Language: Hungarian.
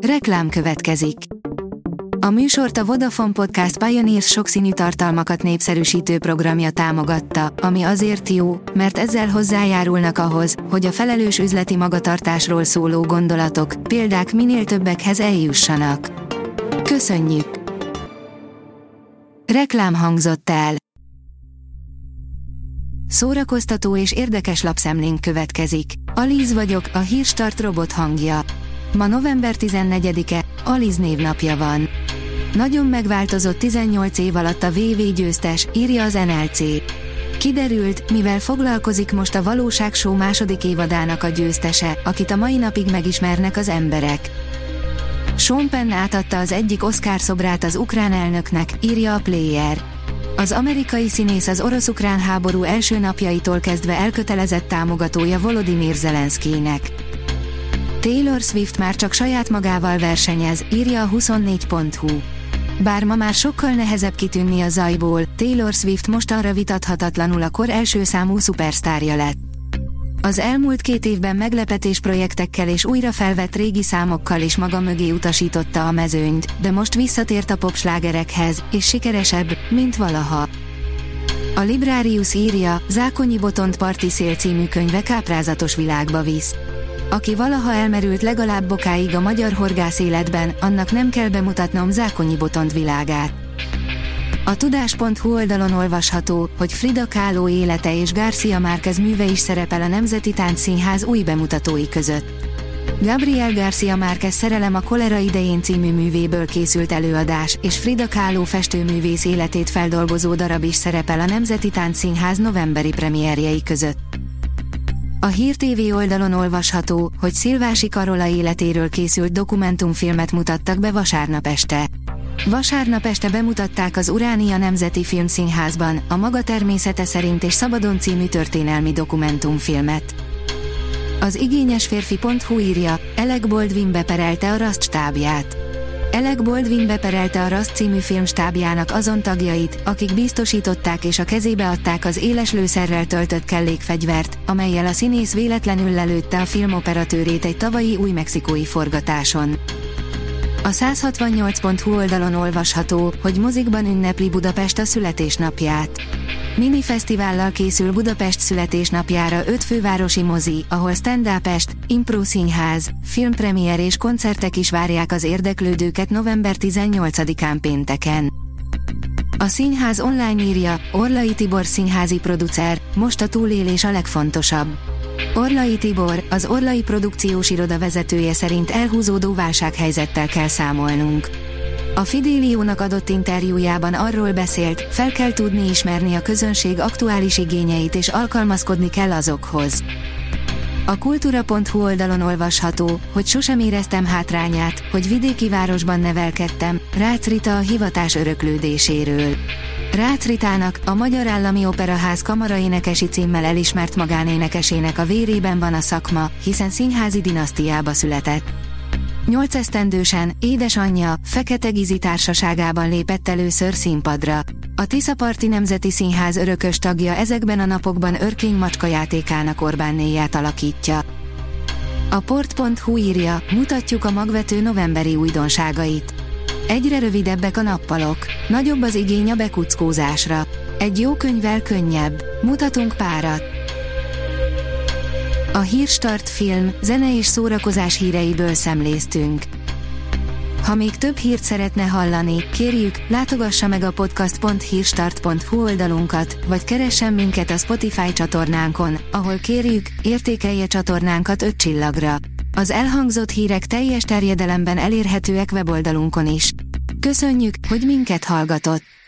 Reklám következik. A műsort a Vodafone Podcast Pioneers sokszínű tartalmakat népszerűsítő programja támogatta, ami azért jó, mert ezzel hozzájárulnak ahhoz, hogy a felelős üzleti magatartásról szóló gondolatok, példák minél többekhez eljussanak. Köszönjük! Reklám hangzott el. Szórakoztató és érdekes lapszemlénk következik. Alíz vagyok, a Hírstart robot hangja. Ma november 14-e, Aliz névnapja van. Nagyon megváltozott 18 év alatt a VV győztes, írja az NLC. Kiderült, mivel foglalkozik most a Valóság Show második évadának a győztese, akit a mai napig megismernek az emberek. Sean Penn átadta az egyik Oscar szobrát az ukrán elnöknek, írja a Player. Az amerikai színész az orosz-ukrán háború első napjaitól kezdve elkötelezett támogatója Volodymyr Zelenszkijnek. Taylor Swift már csak saját magával versenyez, írja a 24.hu. Bár ma már sokkal nehezebb kitűnni a zajból, Taylor Swift mostanra vitathatatlanul a kor első számú szupersztárja lett. Az elmúlt 2 évben meglepetés projektekkel és újra felvett régi számokkal is maga mögé utasította a mezőnyt, de most visszatért a popslágerekhez, és sikeresebb, mint valaha. A Librarius írja, Zákonyi Botont Parti Szél című könyve káprázatos világba visz. Aki valaha elmerült legalább bokáig a magyar horgász életben, annak nem kell bemutatnom Zákonyi Botont világát. A tudás.hu oldalon olvasható, hogy Frida Kahlo élete és García Márquez műve is szerepel a Nemzeti Táncszínház új bemutatói között. Gabriel García Márquez Szerelem a kolera idején című művéből készült előadás, és Frida Kahlo festőművész életét feldolgozó darab is szerepel a Nemzeti Táncszínház novemberi premierjei között. A Hír TV oldalon olvasható, hogy Szilvási Karola életéről készült dokumentumfilmet mutattak be vasárnap este. Vasárnap este bemutatták az Uránia Nemzeti Filmszínházban, a Maga természete szerint és Szabadon című történelmi dokumentumfilmet. Az igényesférfi.hu írja, Alec Baldwin beperelte a Rust stábját. Alec Baldwin beperelte a Rust című filmstábjának azon tagjait, akik biztosították és a kezébe adták az éles lőszerrel töltött kellékfegyvert, amellyel a színész véletlenül lelőtte a filmoperatőrét egy tavalyi új-mexikói forgatáson. A 168.hu oldalon olvasható, hogy mozikban ünnepli Budapest a születésnapját. Mini fesztivállal készül Budapest születésnapjára 5 fővárosi mozi, ahol stand-up est, impro színház, filmpremier és koncertek is várják az érdeklődőket november 18-án pénteken. A színház online írja, Orlai Tibor színházi producer, most a túlélés a legfontosabb. Orlai Tibor, az Orlai produkciós iroda vezetője szerint elhúzódó válsághelyzettel kell számolnunk. A Fidéliónak adott interjújában arról beszélt, fel kell tudni ismerni a közönség aktuális igényeit és alkalmazkodni kell azokhoz. A kultúra.hu oldalon olvasható, hogy sosem éreztem hátrányát, hogy vidéki városban nevelkedtem, Rácz Rita a hivatás öröklődéséről. Rácz Ritának, a Magyar Állami Operaház kamaraénekesi címmel elismert magánénekesének a vérében van a szakma, hiszen színházi dinasztiába született. 8 esztendősen, édesanyja, Fekete Gizi társaságában lépett először színpadra. A Tiszaparti Nemzeti Színház örökös tagja ezekben a napokban Örkény macska játékának Orbánnéját alakítja. A port.hu írja, mutatjuk a magvető novemberi újdonságait. Egyre rövidebbek a nappalok. Nagyobb az igény a bekuckózásra. Egy jó könyvvel könnyebb. Mutatunk párat. A Hírstart film, zene és szórakozás híreiből szemléztünk. Ha még több hírt szeretne hallani, kérjük, látogassa meg a podcast.hírstart.hu oldalunkat, vagy keressen minket a Spotify csatornánkon, ahol kérjük, értékelje csatornánkat 5 csillagra. Az elhangzott hírek teljes terjedelemben elérhetőek weboldalunkon is. Köszönjük, hogy minket hallgatott!